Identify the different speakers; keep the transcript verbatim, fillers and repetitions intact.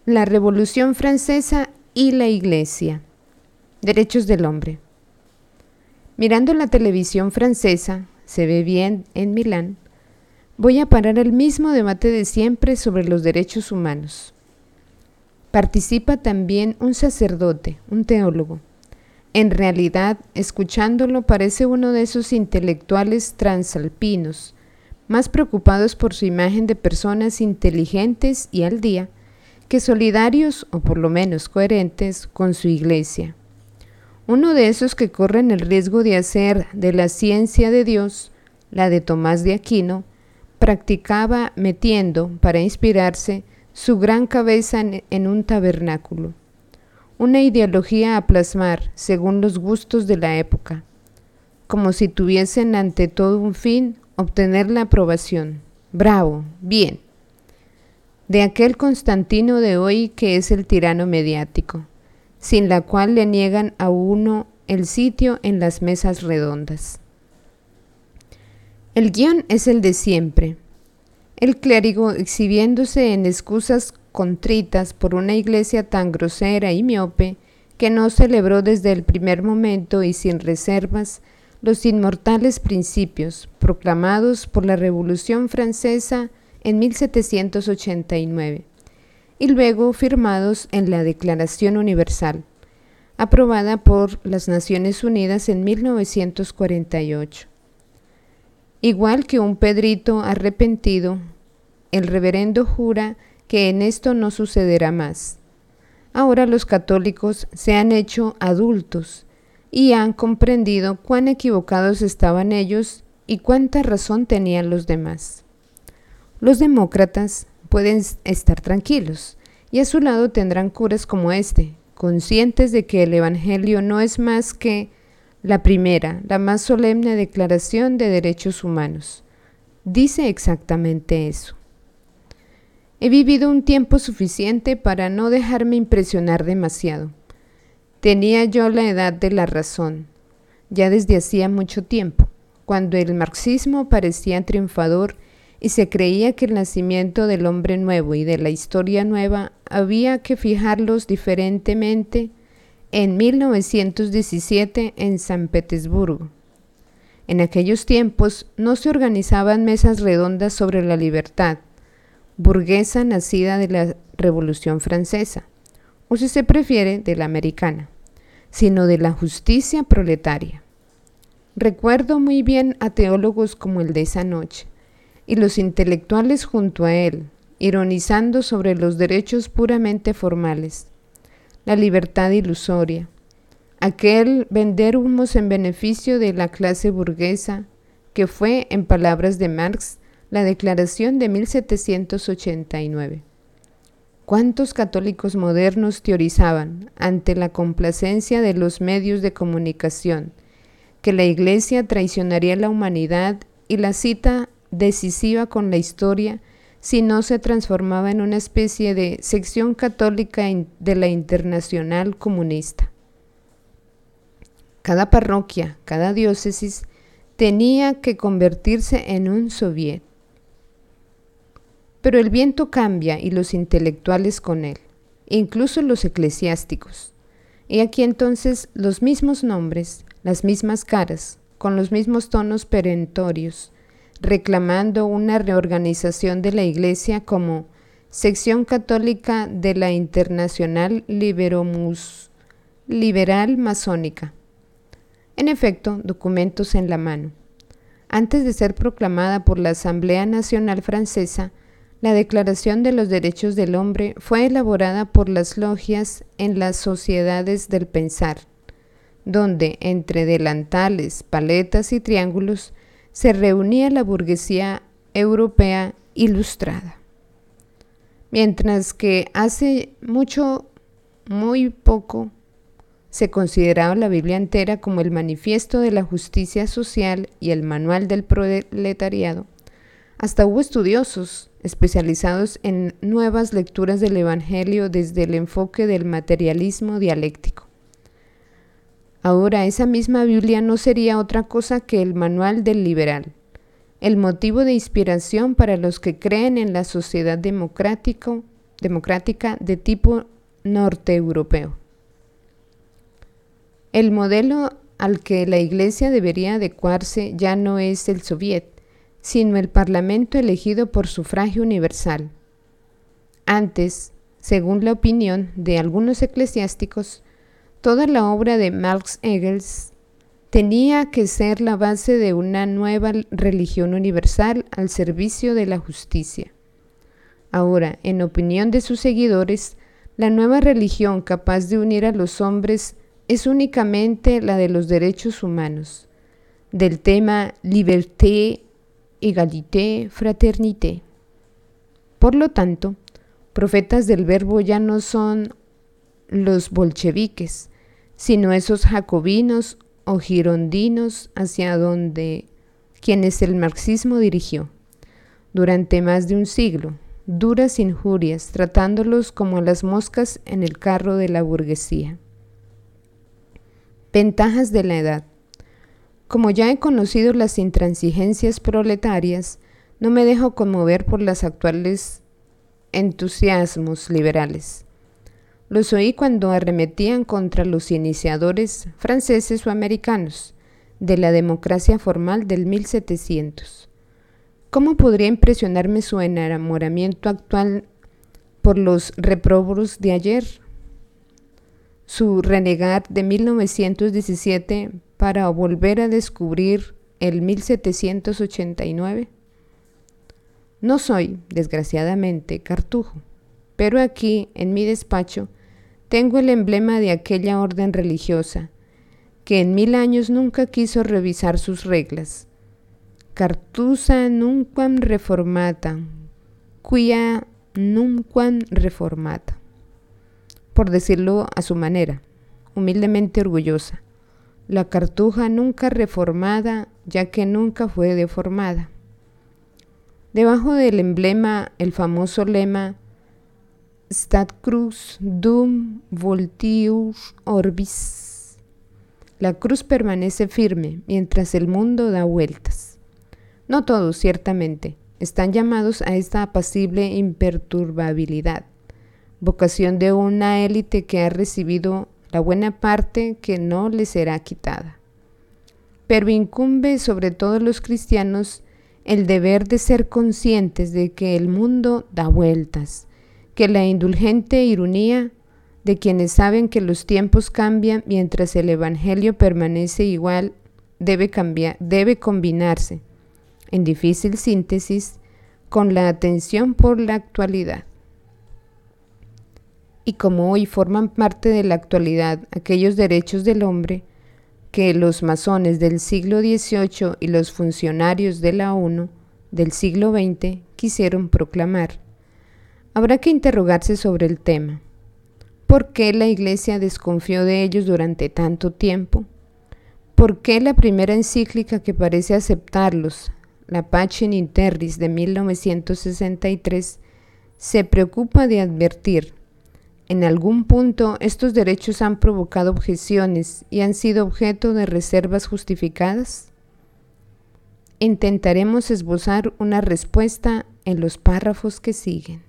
Speaker 1: La Revolución Francesa y la Iglesia. Derechos del hombre. Mirando la televisión francesa, se ve bien en Milán, voy a parar el mismo debate de siempre sobre los derechos humanos. Participa también un sacerdote, un teólogo. En realidad, escuchándolo parece uno de esos intelectuales transalpinos, más preocupados por su imagen de personas inteligentes y al día, que solidarios o por lo menos coherentes con su iglesia. Uno de esos que corren el riesgo de hacer de la ciencia de Dios, la de Tomás de Aquino, practicaba metiendo, para inspirarse, su gran cabeza en, en un tabernáculo. Una ideología a plasmar según los gustos de la época, como si tuviesen ante todo un fin, obtener la aprobación. Bravo, bien. De aquel Constantino de hoy que es el tirano mediático, sin la cual le niegan a uno el sitio en las mesas redondas. El guión es el de siempre. El clérigo exhibiéndose en excusas contritas por una iglesia tan grosera y miope que no celebró desde el primer momento y sin reservas los inmortales principios proclamados por la Revolución Francesa en mil setecientos ochenta y nueve y luego firmados en la Declaración Universal, aprobada por las Naciones Unidas en mil novecientos cuarenta y ocho. Igual que un Pedrito arrepentido, el reverendo jura que en esto no sucederá más. Ahora los católicos se han hecho adultos y han comprendido cuán equivocados estaban ellos y cuánta razón tenían los demás. Los demócratas pueden estar tranquilos y a su lado tendrán curas como este, conscientes de que el Evangelio no es más que la primera, la más solemne declaración de derechos humanos. Dice exactamente eso. He vivido un tiempo suficiente para no dejarme impresionar demasiado. Tenía yo la edad de la razón, ya desde hacía mucho tiempo, cuando el marxismo parecía triunfador y se creía que el nacimiento del hombre nuevo y de la historia nueva había que fijarlos diferentemente en mil novecientos diecisiete en San Petersburgo. En aquellos tiempos no se organizaban mesas redondas sobre la libertad, burguesa nacida de la Revolución Francesa, o si se prefiere, de la americana, sino de la justicia proletaria. Recuerdo muy bien a teólogos como el de esa noche, y los intelectuales junto a él, ironizando sobre los derechos puramente formales, la libertad ilusoria, aquel vender humos en beneficio de la clase burguesa, que fue, en palabras de Marx, la Declaración de mil setecientos ochenta y nueve. ¿Cuántos católicos modernos teorizaban, ante la complacencia de los medios de comunicación, que la Iglesia traicionaría a la humanidad y la cita decisiva con la historia si no se transformaba en una especie de sección católica de la Internacional Comunista? Cada parroquia, cada diócesis tenía que convertirse en un soviet. Pero el viento cambia y los intelectuales con él, incluso los eclesiásticos. Y aquí entonces los mismos nombres, las mismas caras, con los mismos tonos perentorios, reclamando una reorganización de la Iglesia como sección católica de la Internacional Liberomus, Liberal Masónica. En efecto, documentos en la mano. Antes de ser proclamada por la Asamblea Nacional Francesa, la Declaración de los Derechos del Hombre fue elaborada por las logias en las Sociedades del Pensar, donde, entre delantales, paletas y triángulos, se reunía la burguesía europea ilustrada. Mientras que hace mucho, muy poco, se consideraba la Biblia entera como el manifiesto de la justicia social y el manual del proletariado, hasta hubo estudiosos especializados en nuevas lecturas del Evangelio desde el enfoque del materialismo dialéctico. Ahora esa misma Biblia no sería otra cosa que el manual del liberal, el motivo de inspiración para los que creen en la sociedad democrática democrática de tipo norte-europeo. El modelo al que la Iglesia debería adecuarse ya no es el Soviet, sino el Parlamento elegido por sufragio universal. Antes, según la opinión de algunos eclesiásticos, toda la obra de Marx Engels tenía que ser la base de una nueva religión universal al servicio de la justicia. Ahora, en opinión de sus seguidores, la nueva religión capaz de unir a los hombres es únicamente la de los derechos humanos, del tema liberté, égalité, fraternité. Por lo tanto, profetas del verbo ya no son los bolcheviques, sino esos jacobinos o girondinos hacia donde quienes el marxismo dirigió durante más de un siglo, duras injurias, tratándolos como las moscas en el carro de la burguesía. Ventajas de la edad. Como ya he conocido las intransigencias proletarias, no me dejo conmover por los actuales entusiasmos liberales. Los oí cuando arremetían contra los iniciadores franceses o americanos de la democracia formal del mil setecientos. ¿Cómo podría impresionarme su enamoramiento actual por los réprobos de ayer? Su renegar de mil novecientos diecisiete para volver a descubrir el mil setecientos ochenta y nueve. No soy, desgraciadamente, cartujo, pero aquí, en mi despacho, tengo el emblema de aquella orden religiosa, que en mil años nunca quiso revisar sus reglas. Cartusa nunquam reformata, quia nunquam reformata. Por decirlo a su manera, humildemente orgullosa, la cartuja nunca reformada, ya que nunca fue deformada. Debajo del emblema, el famoso lema Stat crux dum voltius orbis. La cruz permanece firme mientras el mundo da vueltas. No todos, ciertamente, están llamados a esta apacible imperturbabilidad, vocación de una élite que ha recibido la buena parte que no le será quitada. Pero incumbe sobre todos los cristianos el deber de ser conscientes de que el mundo da vueltas, que la indulgente ironía de quienes saben que los tiempos cambian mientras el Evangelio permanece igual debe cambiar, debe combinarse, en difícil síntesis, con la atención por la actualidad. Y como hoy forman parte de la actualidad aquellos derechos del hombre que los masones del siglo dieciocho y los funcionarios de la ONU del siglo veinte quisieron proclamar, habrá que interrogarse sobre el tema. ¿Por qué la Iglesia desconfió de ellos durante tanto tiempo? ¿Por qué la primera encíclica que parece aceptarlos, la Pacem in Terris de mil novecientos sesenta y tres, se preocupa de advertir: en algún punto estos derechos han provocado objeciones y han sido objeto de reservas justificadas? Intentaremos esbozar una respuesta en los párrafos que siguen.